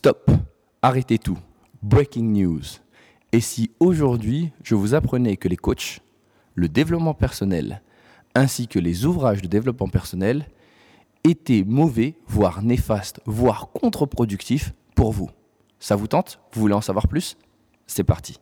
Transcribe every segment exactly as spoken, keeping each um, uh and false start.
Stop, arrêtez tout. Breaking news. Et si aujourd'hui, je vous apprenais que les coachs, le développement personnel, ainsi que les ouvrages de développement personnel étaient mauvais, voire néfastes, voire contre-productifs pour vous? Ça vous tente? Vous voulez en savoir plus? C'est parti.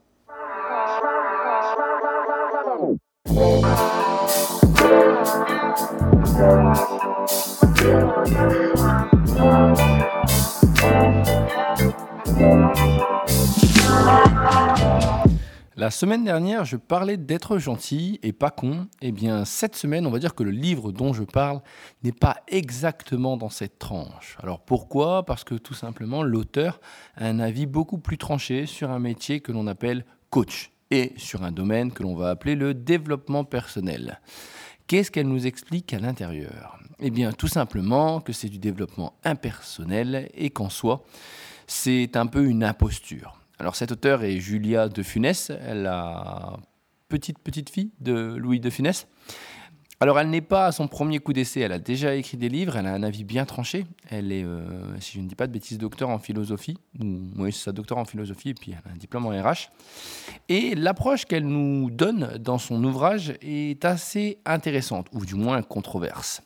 La semaine dernière, je parlais d'être gentil et pas con. Eh bien, cette semaine, on va dire que le livre dont je parle n'est pas exactement dans cette tranche. Alors pourquoi? Parce que tout simplement, l'auteur a un avis beaucoup plus tranché sur un métier que l'on appelle coach et sur un domaine que l'on va appeler le développement personnel. Qu'est-ce qu'elle nous explique à l'intérieur? Eh bien, tout simplement que c'est du développement impersonnel et qu'en soi, c'est un peu une imposture. Alors cet auteur est Julia de Funès, la petite petite fille de Louis de Funès. Alors elle n'est pas à son premier coup d'essai, elle a déjà écrit des livres, elle a un avis bien tranché. Elle est, euh, si je ne dis pas de bêtises, docteur en philosophie. Ou, oui, c'est ça, docteur en philosophie, et puis elle a un diplôme en R H. Et l'approche qu'elle nous donne dans son ouvrage est assez intéressante, ou du moins controverse.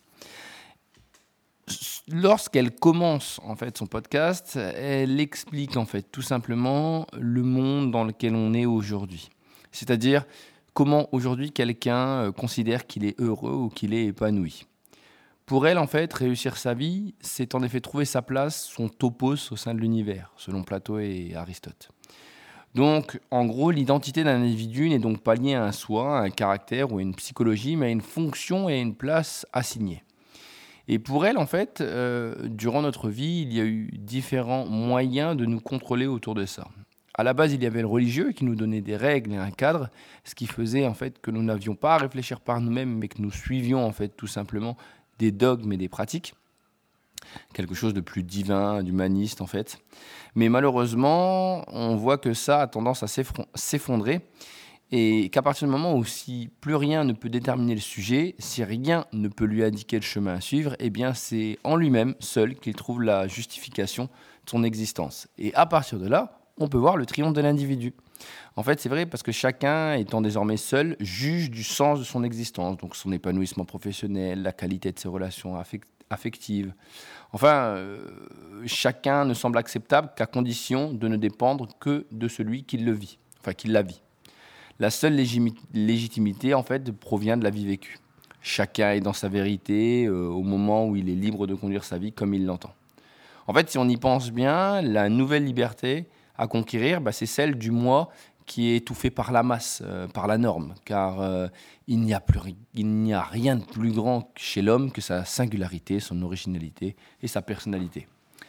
Lorsqu'elle commence en fait son podcast, elle explique en fait tout simplement le monde dans lequel on est aujourd'hui. C'est-à-dire comment aujourd'hui quelqu'un considère qu'il est heureux ou qu'il est épanoui. Pour elle en fait, réussir sa vie, c'est en effet trouver sa place, son topos au sein de l'univers, selon Platon et Aristote. Donc, en gros, l'identité d'un individu n'est donc pas liée à un soi, à un caractère ou à une psychologie, mais à une fonction et à une place assignée. Et pour elle, en fait, euh, durant notre vie, il y a eu différents moyens de nous contrôler autour de ça. À la base, il y avait le religieux qui nous donnait des règles et un cadre, ce qui faisait en fait que nous n'avions pas à réfléchir par nous-mêmes, mais que nous suivions en fait tout simplement des dogmes et des pratiques, quelque chose de plus divin, d'humaniste en fait. Mais malheureusement, on voit que ça a tendance à s'effondrer. Et qu'à partir du moment où si plus rien ne peut déterminer le sujet, si rien ne peut lui indiquer le chemin à suivre, eh bien c'est en lui-même seul qu'il trouve la justification de son existence. Et à partir de là, on peut voir le triomphe de l'individu. En fait, c'est vrai parce que chacun, étant désormais seul, juge du sens de son existence, donc son épanouissement professionnel, la qualité de ses relations affectives. Enfin, euh, chacun ne semble acceptable qu'à condition de ne dépendre que de celui qui le vit, enfin qui la vit. La seule légimi- légitimité, en fait, provient de la vie vécue. Chacun est dans sa vérité euh, au moment où il est libre de conduire sa vie comme il l'entend. En fait, si on y pense bien, la nouvelle liberté à conquérir, bah, c'est celle du moi qui est étouffé par la masse, euh, par la norme. Car euh, il n'y a plus ri- il n'y a rien de plus grand chez l'homme que sa singularité, son originalité et sa personnalité.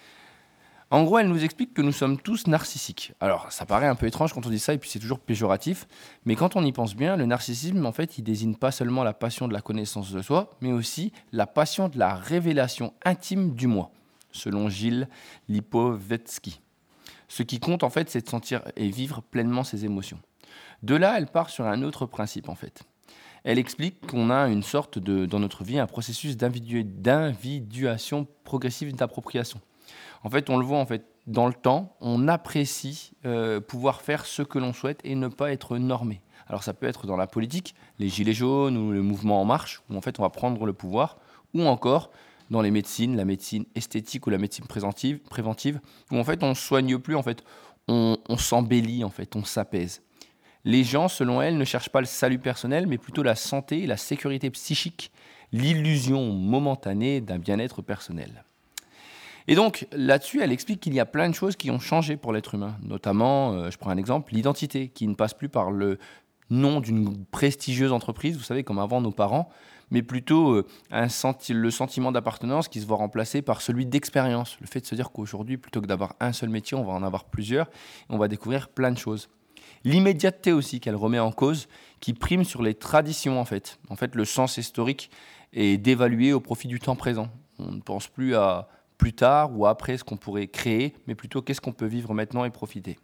En gros, elle nous explique que nous sommes tous narcissiques. Alors, ça paraît un peu étrange quand on dit ça, et puis c'est toujours péjoratif, mais quand on y pense bien, le narcissisme, en fait, il désigne pas seulement la passion de la connaissance de soi, mais aussi la passion de la révélation intime du moi, selon Gilles Lipovetsky. Ce qui compte, en fait, c'est de sentir et vivre pleinement ses émotions. De là, elle part sur un autre principe, en fait. Elle explique qu'on a une sorte de, dans notre vie, un processus d'individu- d'individuation progressive d'appropriation. En fait, on le voit en fait dans le temps, on apprécie euh, pouvoir faire ce que l'on souhaite et ne pas être normé. Alors ça peut être dans la politique, les gilets jaunes ou le mouvement En Marche, où en fait on va prendre le pouvoir, ou encore dans les médecines, la médecine esthétique ou la médecine préventive, préventive, où en fait on ne soigne plus, en fait, on, on s'embellit, en fait, on s'apaise. Les gens, selon elle, ne cherchent pas le salut personnel, mais plutôt la santé, la sécurité psychique, l'illusion momentanée d'un bien-être personnel. Et donc, là-dessus, elle explique qu'il y a plein de choses qui ont changé pour l'être humain. Notamment, euh, je prends un exemple, l'identité, qui ne passe plus par le nom d'une prestigieuse entreprise, vous savez, comme avant nos parents, mais plutôt euh, un senti- le sentiment d'appartenance qui se voit remplacé par celui d'expérience. Le fait de se dire qu'aujourd'hui, plutôt que d'avoir un seul métier, on va en avoir plusieurs, et on va découvrir plein de choses. L'immédiateté aussi qu'elle remet en cause, qui prime sur les traditions en fait. En fait, le sens historique est dévalué au profit du temps présent. On ne pense plus à plus tard ou après ce qu'on pourrait créer, mais plutôt qu'est-ce qu'on peut vivre maintenant et profiter.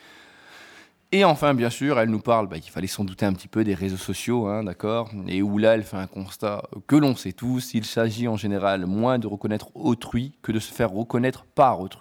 Et enfin, bien sûr, elle nous parle bah, qu'il fallait s'en douter un petit peu des réseaux sociaux, hein, d'accord, et où là, elle fait un constat que l'on sait tous, il s'agit en général moins de reconnaître autrui que de se faire reconnaître par autrui.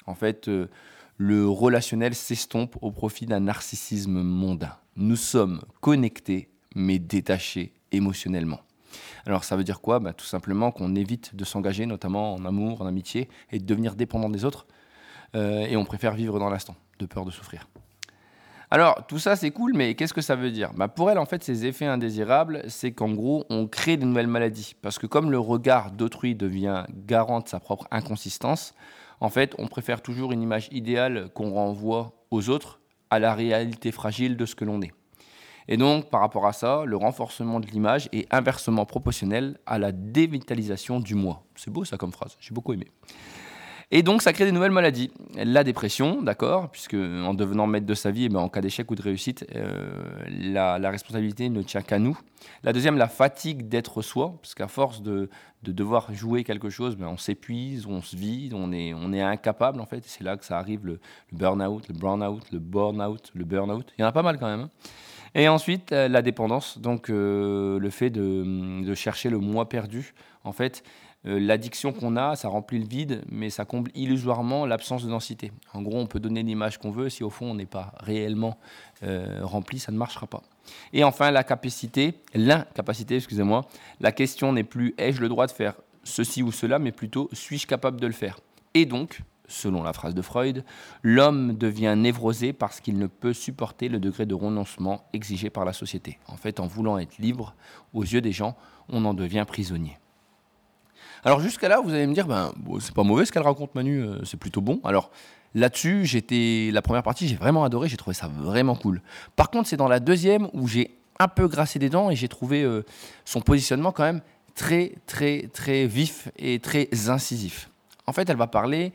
En fait, euh, le relationnel s'estompe au profit d'un narcissisme mondain. Nous sommes connectés, mais détachés émotionnellement. Alors ça veut dire quoi? Bah, tout simplement qu'on évite de s'engager, notamment en amour, en amitié, et de devenir dépendant des autres. Euh, et on préfère vivre dans l'instant, de peur de souffrir. Alors, tout ça, c'est cool, mais qu'est-ce que ça veut dire? Bah, pour elle, en fait, ces effets indésirables, c'est qu'en gros, on crée de nouvelles maladies. Parce que comme le regard d'autrui devient garant de sa propre inconsistance, en fait, on préfère toujours une image idéale qu'on renvoie aux autres à la réalité fragile de ce que l'on est. Et donc, par rapport à ça, le renforcement de l'image est inversement proportionnel à la dévitalisation du moi. C'est beau ça comme phrase, j'ai beaucoup aimé. Et donc, ça crée des nouvelles maladies. La dépression, d'accord, puisque en devenant maître de sa vie, eh ben, en cas d'échec ou de réussite, euh, la, la responsabilité ne tient qu'à nous. La deuxième, la fatigue d'être soi, parce qu'à force de, de devoir jouer quelque chose, ben, on s'épuise, on se vide, on est, on est incapable en fait. Et c'est là que ça arrive le, le burn-out, le brown-out, le burn-out, le burn-out. Il y en a pas mal quand même. Hein. Et ensuite, euh, la dépendance, donc euh, le fait de, de chercher le moi perdu. En fait, euh, l'addiction qu'on a, ça remplit le vide, mais ça comble illusoirement l'absence de densité. En gros, on peut donner l'image qu'on veut, si au fond on n'est pas réellement euh, rempli, ça ne marchera pas. Et enfin, la capacité, l'incapacité, excusez-moi. La question n'est plus ai-je le droit de faire ceci ou cela, mais plutôt suis-je capable de le faire? Et donc, selon la phrase de Freud, l'homme devient névrosé parce qu'il ne peut supporter le degré de renoncement exigé par la société. En fait, en voulant être libre, aux yeux des gens, on en devient prisonnier. Alors jusqu'à là, vous allez me dire, ben, bon, c'est pas mauvais ce qu'elle raconte Manu, euh, c'est plutôt bon. Alors là-dessus, j'étais la première partie, j'ai vraiment adoré, j'ai trouvé ça vraiment cool. Par contre, c'est dans la deuxième où j'ai un peu grassé des dents et j'ai trouvé euh, son positionnement quand même très, très, très vif et très incisif. En fait, elle va parler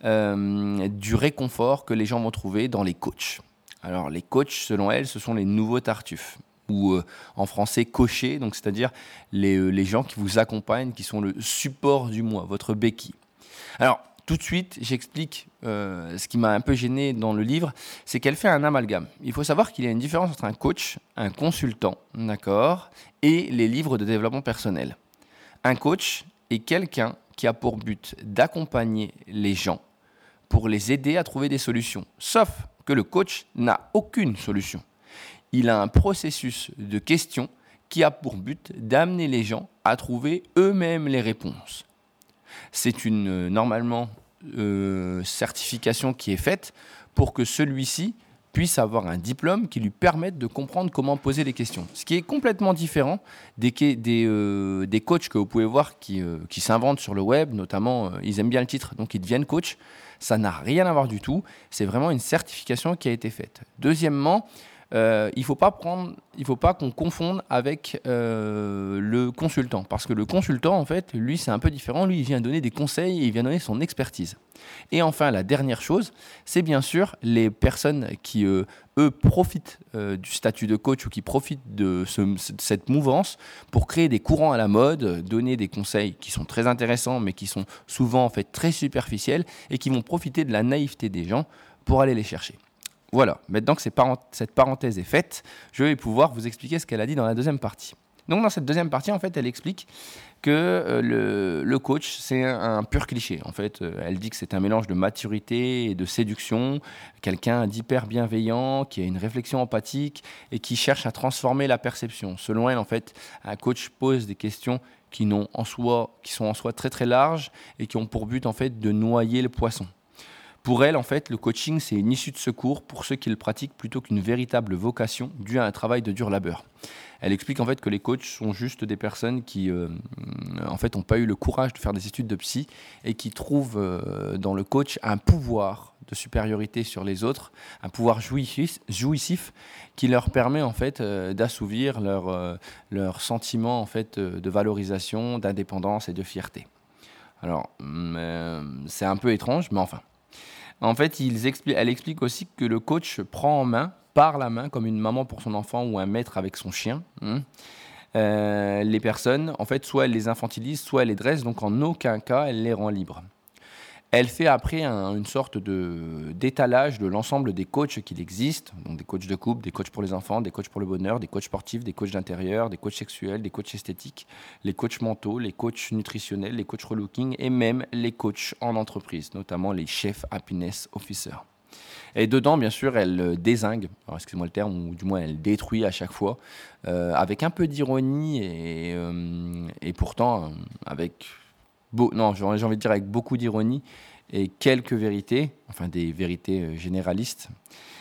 euh, du réconfort que les gens vont trouver dans les coachs. Alors les coachs, selon elle, ce sont les nouveaux Tartuffes. Ou euh, en français coachés, donc c'est-à-dire les, euh, les gens qui vous accompagnent, qui sont le support du moi, votre béquille. Alors, tout de suite, j'explique euh, ce qui m'a un peu gêné dans le livre, c'est qu'elle fait un amalgame. Il faut savoir qu'il y a une différence entre un coach, un consultant, d'accord, et les livres de développement personnel. Un coach est quelqu'un qui a pour but d'accompagner les gens pour les aider à trouver des solutions. Sauf que le coach n'a aucune solution. Il a un processus de questions qui a pour but d'amener les gens à trouver eux-mêmes les réponses. C'est une, euh, normalement, euh, certification qui est faite pour que celui-ci puisse avoir un diplôme qui lui permette de comprendre comment poser les questions. Ce qui est complètement différent des, des, euh, des coachs que vous pouvez voir qui, euh, qui s'inventent sur le web, notamment, euh, ils aiment bien le titre, donc ils deviennent coach. Ça n'a rien à voir du tout. C'est vraiment une certification qui a été faite. Deuxièmement, Euh, il ne faut pas prendre, il faut pas qu'on confonde avec euh, le consultant. Parce que le consultant, en fait, lui, c'est un peu différent. Lui, il vient donner des conseils et il vient donner son expertise. Et enfin, la dernière chose, c'est bien sûr les personnes qui, euh, eux, profitent euh, du statut de coach ou qui profitent de, ce, de cette mouvance pour créer des courants à la mode, donner des conseils qui sont très intéressants, mais qui sont souvent, en fait, très superficiels et qui vont profiter de la naïveté des gens pour aller les chercher. Voilà, maintenant que cette parenthèse est faite, je vais pouvoir vous expliquer ce qu'elle a dit dans la deuxième partie. Donc dans cette deuxième partie, en fait, elle explique que euh, le, le coach, c'est un, un pur cliché. En fait, euh, elle dit que c'est un mélange de maturité et de séduction, quelqu'un d'hyper bienveillant, qui a une réflexion empathique et qui cherche à transformer la perception. Selon elle, en fait, un coach pose des questions qui, n'ont en soi, qui sont en soi très très larges et qui ont pour but, en fait, de noyer le poisson. Pour elle, en fait, le coaching, c'est une issue de secours pour ceux qui le pratiquent plutôt qu'une véritable vocation due à un travail de dur labeur. Elle explique en fait que les coachs sont juste des personnes qui, euh, en fait, n'ont pas eu le courage de faire des études de psy et qui trouvent euh, dans le coach un pouvoir de supériorité sur les autres, un pouvoir jouissif, jouissif qui leur permet en fait euh, d'assouvir leur, euh, leur sentiment en fait euh, de valorisation, d'indépendance et de fierté. Alors, euh, c'est un peu étrange, mais enfin. En fait, ils expli- elle explique aussi que le coach prend en main, par la main, comme une maman pour son enfant ou un maître avec son chien, hein, euh, les personnes. En fait, soit elle les infantilise, soit elle les dresse, donc en aucun cas, elle les rend libres. Elle fait après un une sorte de d'étalage de l'ensemble des coachs qu'il existe, donc des coachs de couple, des coachs pour les enfants, des coachs pour le bonheur, des coachs sportifs, des coachs d'intérieur, des coachs sexuels, des coachs esthétiques, les coachs mentaux, les coachs nutritionnels, les coachs relooking et même les coachs en entreprise, notamment les chefs happiness officers. Et dedans, bien sûr, elle euh, dézingue, alors excusez-moi le terme, ou du moins elle détruit à chaque fois, euh, avec un peu d'ironie et, euh, et pourtant euh, avec, beau, non, j'ai j'ai envie de dire avec beaucoup d'ironie et quelques vérités, enfin des vérités euh, généralistes,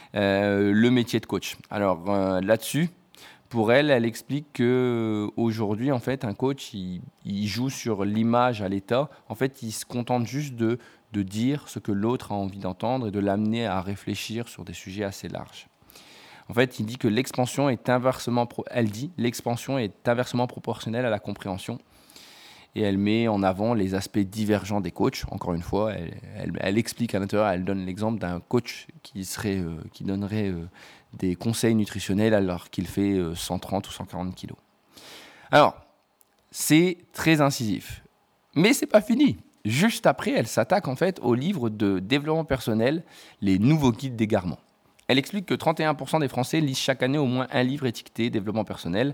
euh, le métier de coach. Alors euh, là-dessus, pour elle, elle explique que euh, aujourd'hui, en fait, un coach, il, il joue sur l'image à l'état. En fait, il se contente juste de, de dire ce que l'autre a envie d'entendre et de l'amener à réfléchir sur des sujets assez larges. En fait, il dit que l'expansion est inversement, pro- elle dit, l'expansion est inversement proportionnelle à la compréhension. Et elle met en avant les aspects divergents des coachs. Encore une fois, elle, elle- elle explique à l'intérieur, elle donne l'exemple d'un coach qui, serait, euh, qui donnerait euh, des conseils nutritionnels alors qu'il fait euh, cent trente ou cent quarante kilos. Alors, c'est très incisif. Mais c'est pas fini. Juste après, elle s'attaque en fait au livre de développement personnel, Les nouveaux guides d'égarement. Elle explique que trente et un pour cent des Français lisent chaque année au moins un livre étiqueté développement personnel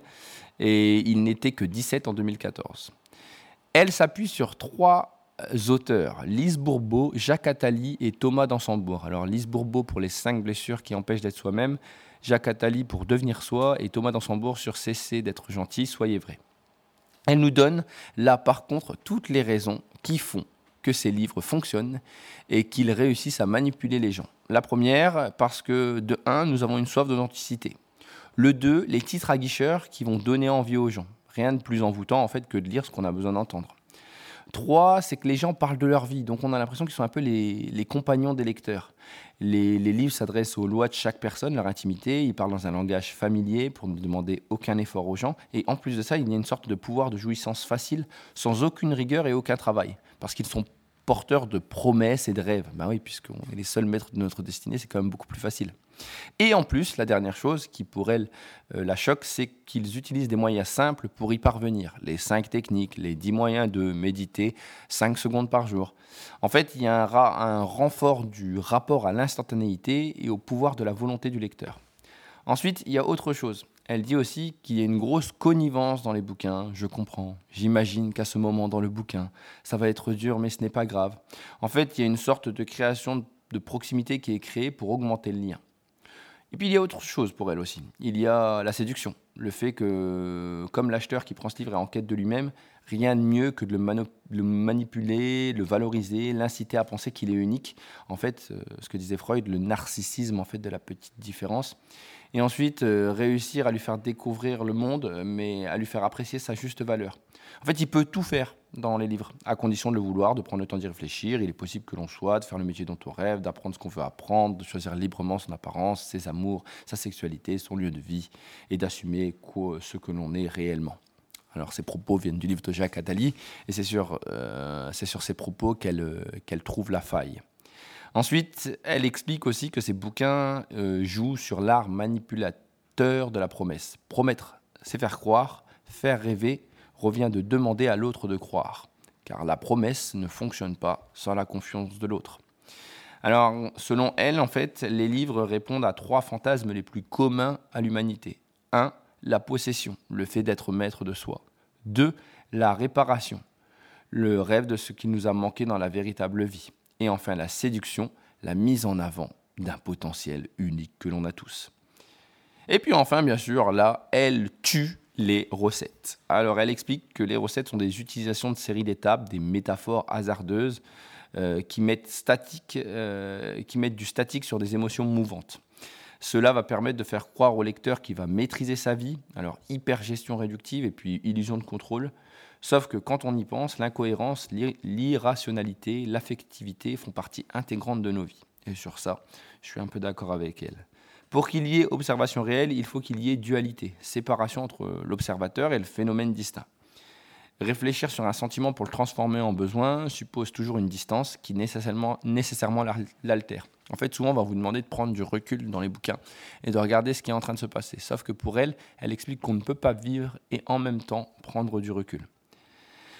et il n'était que dix-sept en deux mille quatorze. Elle s'appuie sur trois euh, auteurs, Lise Bourbeau, Jacques Attali et Thomas Dansembourg. Alors Lise Bourbeau pour les cinq blessures qui empêchent d'être soi-même, Jacques Attali pour devenir soi et Thomas Dansembourg sur cesser d'être gentil, soyez vrai. Elle nous donne là par contre toutes les raisons qui font que ces livres fonctionnent et qu'ils réussissent à manipuler les gens. La première, parce que de un, nous avons une soif d'authenticité. Le deux, les titres aguicheurs qui vont donner envie aux gens. Rien de plus envoûtant en fait que de lire ce qu'on a besoin d'entendre. Trois, c'est que les gens parlent de leur vie, donc on a l'impression qu'ils sont un peu les, les compagnons des lecteurs. Les, les livres s'adressent aux lois de chaque personne, leur intimité, ils parlent dans un langage familier pour ne demander aucun effort aux gens, et en plus de ça, il y a une sorte de pouvoir de jouissance facile, sans aucune rigueur et aucun travail, parce qu'ils sont porteurs de promesses et de rêves. Ben oui, puisqu'on est les seuls maîtres de notre destinée, c'est quand même beaucoup plus facile. Et en plus, la dernière chose qui pour elle euh, la choque, c'est qu'ils utilisent des moyens simples pour y parvenir. Les cinq techniques, les dix moyens de méditer cinq secondes par jour. En fait, il y a un, ra- un renfort du rapport à l'instantanéité et au pouvoir de la volonté du lecteur. Ensuite, il y a autre chose. Elle dit aussi qu'il y a une grosse connivence dans les bouquins. Je comprends. J'imagine qu'à ce moment dans le bouquin, ça va être dur, mais ce n'est pas grave. En fait, il y a une sorte de création de proximité qui est créée pour augmenter le lien. Et puis il y a autre chose pour elle aussi. Il y a la séduction. Le fait que, comme l'acheteur qui prend ce livre est en quête de lui-même, rien de mieux que de le, mano- le manipuler, le valoriser, l'inciter à penser qu'il est unique. En fait, euh, ce que disait Freud, le narcissisme en fait de la petite différence. Et ensuite, euh, réussir à lui faire découvrir le monde, euh, mais à lui faire apprécier sa juste valeur. En fait, il peut tout faire dans les livres, à condition de le vouloir, de prendre le temps d'y réfléchir. Il est possible que l'on soit, de faire le métier dont on rêve, d'apprendre ce qu'on veut apprendre, de choisir librement son apparence, ses amours, sa sexualité, son lieu de vie, et d'assumer quoi- ce que l'on est réellement. Alors, ces propos viennent du livre de Jacques Attali, et c'est sur, euh, c'est sur ces propos qu'elle euh, qu'elle trouve la faille. Ensuite, elle explique aussi que ces bouquins euh, jouent sur l'art manipulateur de la promesse. Promettre, c'est faire croire, faire rêver revient de demander à l'autre de croire, car la promesse ne fonctionne pas sans la confiance de l'autre. Alors, selon elle, en fait, les livres répondent à trois fantasmes les plus communs à l'humanité. Un, la possession, le fait d'être maître de soi. Deux, la réparation, le rêve de ce qui nous a manqué dans la véritable vie. Et enfin, la séduction, la mise en avant d'un potentiel unique que l'on a tous. Et puis enfin, bien sûr, là, elle tue les recettes. Alors, elle explique que les recettes sont des utilisations de séries d'étapes, des métaphores hasardeuses euh, qui, mettent statique, euh, qui mettent du statique sur des émotions mouvantes. Cela va permettre de faire croire au lecteur qu'il va maîtriser sa vie, alors hypergestion réductive et puis illusion de contrôle. Sauf que quand on y pense, l'incohérence, l'ir- l'irrationalité, l'affectivité font partie intégrante de nos vies. Et sur ça, je suis un peu d'accord avec elle. Pour qu'il y ait observation réelle, il faut qu'il y ait dualité, séparation entre l'observateur et le phénomène distinct. Réfléchir sur un sentiment pour le transformer en besoin suppose toujours une distance qui nécessairement, nécessairement l'al- l'altère. En fait, souvent, on va vous demander de prendre du recul dans les bouquins et de regarder ce qui est en train de se passer. Sauf que pour elle, elle explique qu'on ne peut pas vivre et en même temps prendre du recul.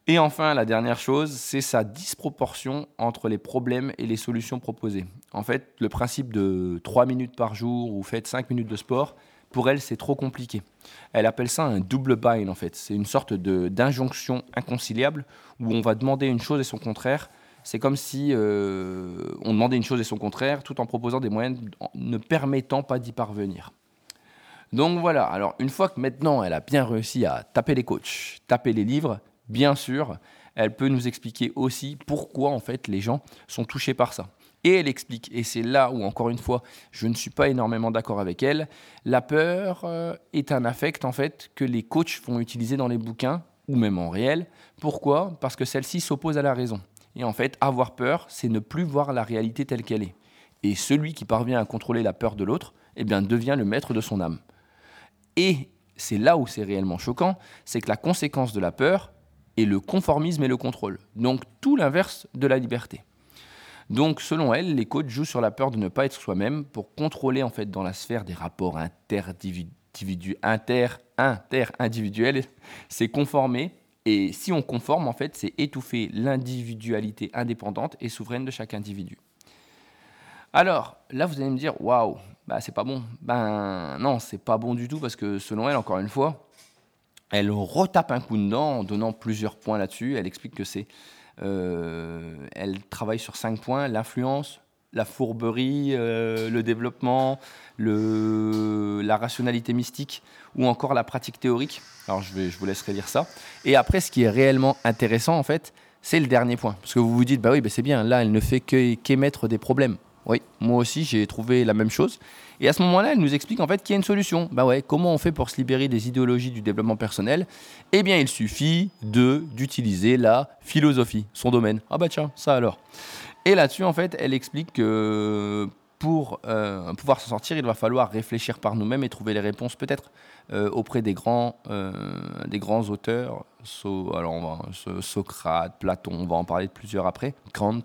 Et enfin, la dernière chose, c'est sa disproportion entre les problèmes et les solutions proposées. En fait, le principe de trois minutes par jour ou faites cinq minutes de sport, pour elle, c'est trop compliqué. Elle appelle ça un double bind, en fait. C'est une sorte de, d'injonction inconciliable où on va demander une chose et son contraire. C'est comme si euh, on demandait une chose et son contraire tout en proposant des moyens ne permettant pas d'y parvenir. Donc voilà, alors une fois que maintenant elle a bien réussi à taper les coachs, taper les livres, bien sûr, elle peut nous expliquer aussi pourquoi en fait les gens sont touchés par ça. Et elle explique, et c'est là où encore une fois je ne suis pas énormément d'accord avec elle, la peur euh, est un affect en fait que les coachs vont utiliser dans les bouquins ou même en réel. Pourquoi ? Parce que celle-ci s'oppose à la raison. Et en fait, avoir peur, c'est ne plus voir la réalité telle qu'elle est. Et celui qui parvient à contrôler la peur de l'autre, eh bien devient le maître de son âme. Et c'est là où c'est réellement choquant, c'est que la conséquence de la peur est le conformisme et le contrôle. Donc tout l'inverse de la liberté. Donc selon elle, les coachs jouent sur la peur de ne pas être soi-même pour contrôler en fait dans la sphère des rapports interindividu- inter, inter-individuels, c'est conformer. Et si on conforme, en fait, c'est étouffer l'individualité indépendante et souveraine de chaque individu. Alors, là, vous allez me dire, waouh, bah, c'est pas bon. Ben non, c'est pas bon du tout parce que selon elle, encore une fois, elle retape un coup dedans en donnant plusieurs points là-dessus. Elle explique que c'est, euh, elle travaille sur cinq points, l'influence, la fourberie, euh, le développement, le, la rationalité mystique ou encore la pratique théorique. Alors, je, vais, je vous laisserai lire ça. Et après, ce qui est réellement intéressant, en fait, c'est le dernier point. Parce que vous vous dites, bah oui, bah c'est bien, là, elle ne fait que, qu'émettre des problèmes. Oui, moi aussi, j'ai trouvé la même chose. Et à ce moment-là, elle nous explique en fait qu'il y a une solution. Bah ouais, comment on fait pour se libérer des idéologies du développement personnel ? Eh bien, il suffit de d'utiliser la philosophie, son domaine. Ah bah tiens, ça alors. Et là-dessus, en fait, elle explique que pour euh, pouvoir s'en sortir, il va falloir réfléchir par nous-mêmes et trouver les réponses peut-être euh, auprès des grands, euh, des grands auteurs. So, alors, on va, so, Socrate, Platon, on va en parler de plusieurs après, Kant.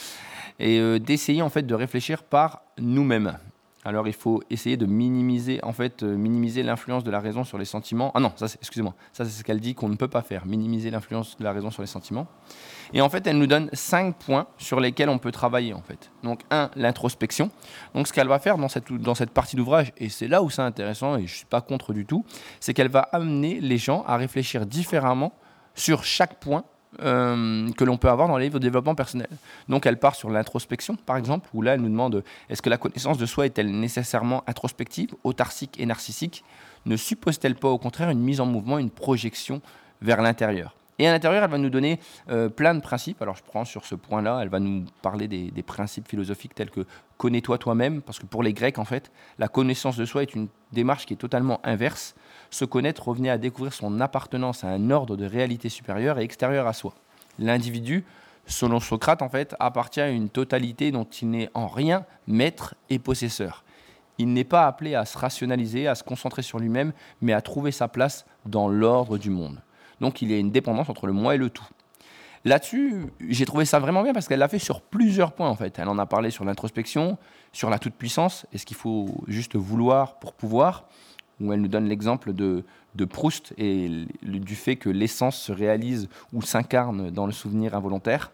Et euh, d'essayer en fait de réfléchir par nous-mêmes. Alors il faut essayer de minimiser en fait euh, minimiser l'influence de la raison sur les sentiments. Ah non, ça c'est, excusez-moi, ça c'est ce qu'elle dit qu'on ne peut pas faire, minimiser l'influence de la raison sur les sentiments. Et en fait, elle nous donne cinq points sur lesquels on peut travailler en fait. Donc un, l'introspection. Donc ce qu'elle va faire dans cette dans cette partie d'ouvrage, et c'est là où c'est intéressant et je suis pas contre du tout, c'est qu'elle va amener les gens à réfléchir différemment sur chaque point Euh, que l'on peut avoir dans les livres de développement personnel. Donc elle part sur l'introspection, par exemple, où là elle nous demande est-ce que la connaissance de soi est-elle nécessairement introspective, autarcique et narcissique ? Ne suppose-t-elle pas au contraire une mise en mouvement, une projection vers l'intérieur ? Et à l'intérieur, elle va nous donner euh, plein de principes. Alors je prends sur ce point-là, elle va nous parler des, des principes philosophiques tels que connais-toi toi-même, parce que pour les Grecs, en fait, la connaissance de soi est une démarche qui est totalement inverse. Se connaître revenait à découvrir son appartenance à un ordre de réalité supérieure et extérieure à soi. L'individu, selon Socrate, en fait, appartient à une totalité dont il n'est en rien maître et possesseur. Il n'est pas appelé à se rationaliser, à se concentrer sur lui-même, mais à trouver sa place dans l'ordre du monde. Donc il y a une dépendance entre le moi et le tout. Là-dessus, j'ai trouvé ça vraiment bien parce qu'elle l'a fait sur plusieurs points en fait. Elle en a parlé sur l'introspection, sur la toute-puissance, est-ce qu'il faut juste vouloir pour pouvoir, où elle nous donne l'exemple de, de Proust et le, du fait que l'essence se réalise ou s'incarne dans le souvenir involontaire.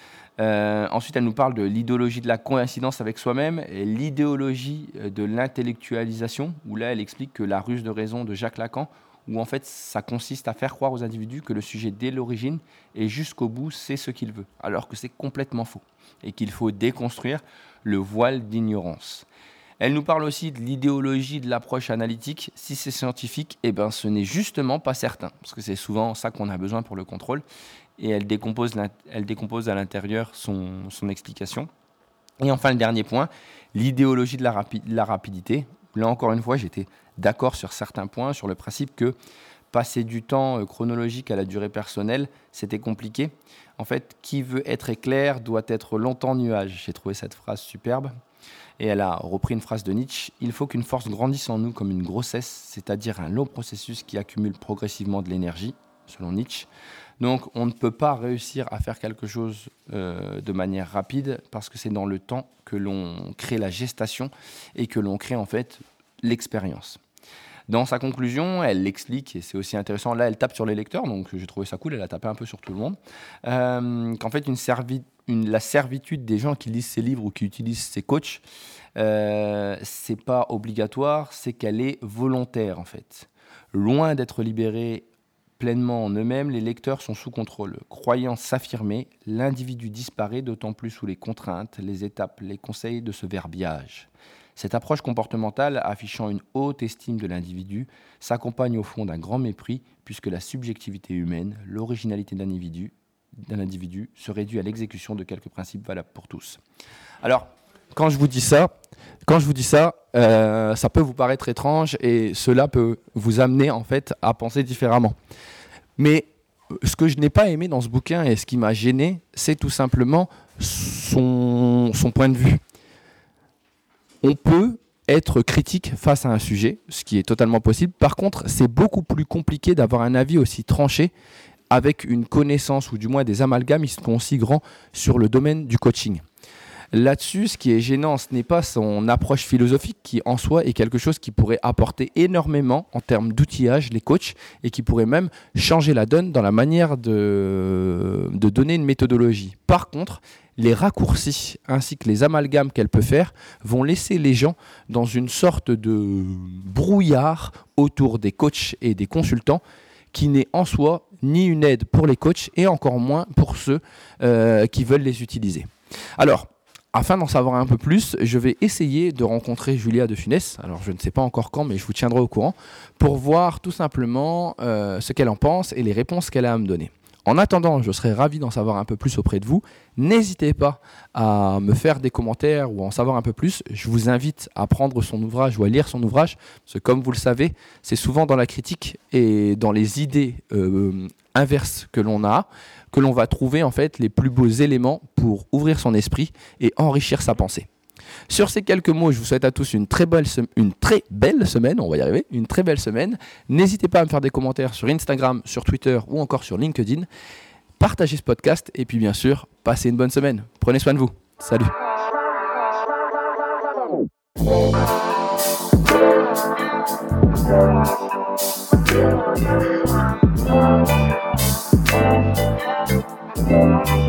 Euh, ensuite, elle nous parle de l'idéologie de la coïncidence avec soi-même et l'idéologie de l'intellectualisation, où là, elle explique que la ruse de raison de Jacques Lacan, où en fait, ça consiste à faire croire aux individus que le sujet, dès l'origine et jusqu'au bout, sait ce qu'il veut, alors que c'est complètement faux, et qu'il faut déconstruire le voile d'ignorance. Elle nous parle aussi de l'idéologie de l'approche analytique. Si c'est scientifique, eh ben, ce n'est justement pas certain, parce que c'est souvent ça qu'on a besoin pour le contrôle. Et elle décompose, elle décompose à l'intérieur son, son explication. Et enfin, le dernier point, l'idéologie de la, rapi- de la rapidité. Là, encore une fois, j'étais d'accord sur certains points, sur le principe que passer du temps chronologique à la durée personnelle, c'était compliqué. En fait, qui veut être éclair doit être longtemps nuage. J'ai trouvé cette phrase superbe. Et elle a repris une phrase de Nietzsche. Il faut qu'une force grandisse en nous comme une grossesse, c'est-à-dire un long processus qui accumule progressivement de l'énergie, selon Nietzsche. Donc, on ne peut pas réussir à faire quelque chose euh, de manière rapide parce que c'est dans le temps que l'on crée la gestation et que l'on crée en fait l'expérience. Dans sa conclusion, elle l'explique, et c'est aussi intéressant, là elle tape sur les lecteurs, donc j'ai trouvé ça cool, elle a tapé un peu sur tout le monde, euh, qu'en fait une servi- une, la servitude des gens qui lisent ses livres ou qui utilisent ses coachs, euh, c'est pas obligatoire, c'est qu'elle est volontaire en fait. Loin d'être libérés pleinement en eux-mêmes, les lecteurs sont sous contrôle. Croyant s'affirmer, l'individu disparaît, d'autant plus sous les contraintes, les étapes, les conseils de ce verbiage. Cette approche comportementale, affichant une haute estime de l'individu, s'accompagne au fond d'un grand mépris, puisque la subjectivité humaine, l'originalité d'un individu, d'un individu se réduit à l'exécution de quelques principes valables pour tous. Alors, quand je vous dis ça, quand je vous dis ça, euh, ça peut vous paraître étrange et cela peut vous amener en fait à penser différemment. Mais ce que je n'ai pas aimé dans ce bouquin et ce qui m'a gêné, c'est tout simplement son, son point de vue. On peut être critique face à un sujet, ce qui est totalement possible. Par contre, c'est beaucoup plus compliqué d'avoir un avis aussi tranché avec une connaissance ou du moins des amalgames qui sont aussi grands sur le domaine du coaching. Là-dessus, ce qui est gênant, ce n'est pas son approche philosophique qui, en soi, est quelque chose qui pourrait apporter énormément en termes d'outillage les coachs et qui pourrait même changer la donne dans la manière de, de donner une méthodologie. Par contre, les raccourcis ainsi que les amalgames qu'elle peut faire vont laisser les gens dans une sorte de brouillard autour des coachs et des consultants qui n'est en soi ni une aide pour les coachs et encore moins pour ceux euh, qui veulent les utiliser. Alors, afin d'en savoir un peu plus, je vais essayer de rencontrer Julia de Funès, alors je ne sais pas encore quand, mais je vous tiendrai au courant, pour voir tout simplement euh, ce qu'elle en pense et les réponses qu'elle a à me donner. En attendant, je serais ravi d'en savoir un peu plus auprès de vous. N'hésitez pas à me faire des commentaires ou à en savoir un peu plus. Je vous invite à prendre son ouvrage ou à lire son ouvrage, parce que comme vous le savez, c'est souvent dans la critique et dans les idées euh, inverses que l'on a, que l'on va trouver en fait les plus beaux éléments pour ouvrir son esprit et enrichir sa pensée. Sur ces quelques mots, je vous souhaite à tous une très belle, se- une très belle semaine, on va y arriver, une très belle semaine. N'hésitez pas à me faire des commentaires sur Instagram, sur Twitter ou encore sur LinkedIn. Partagez ce podcast et puis bien sûr, passez une bonne semaine. Prenez soin de vous. Salut. Thank you.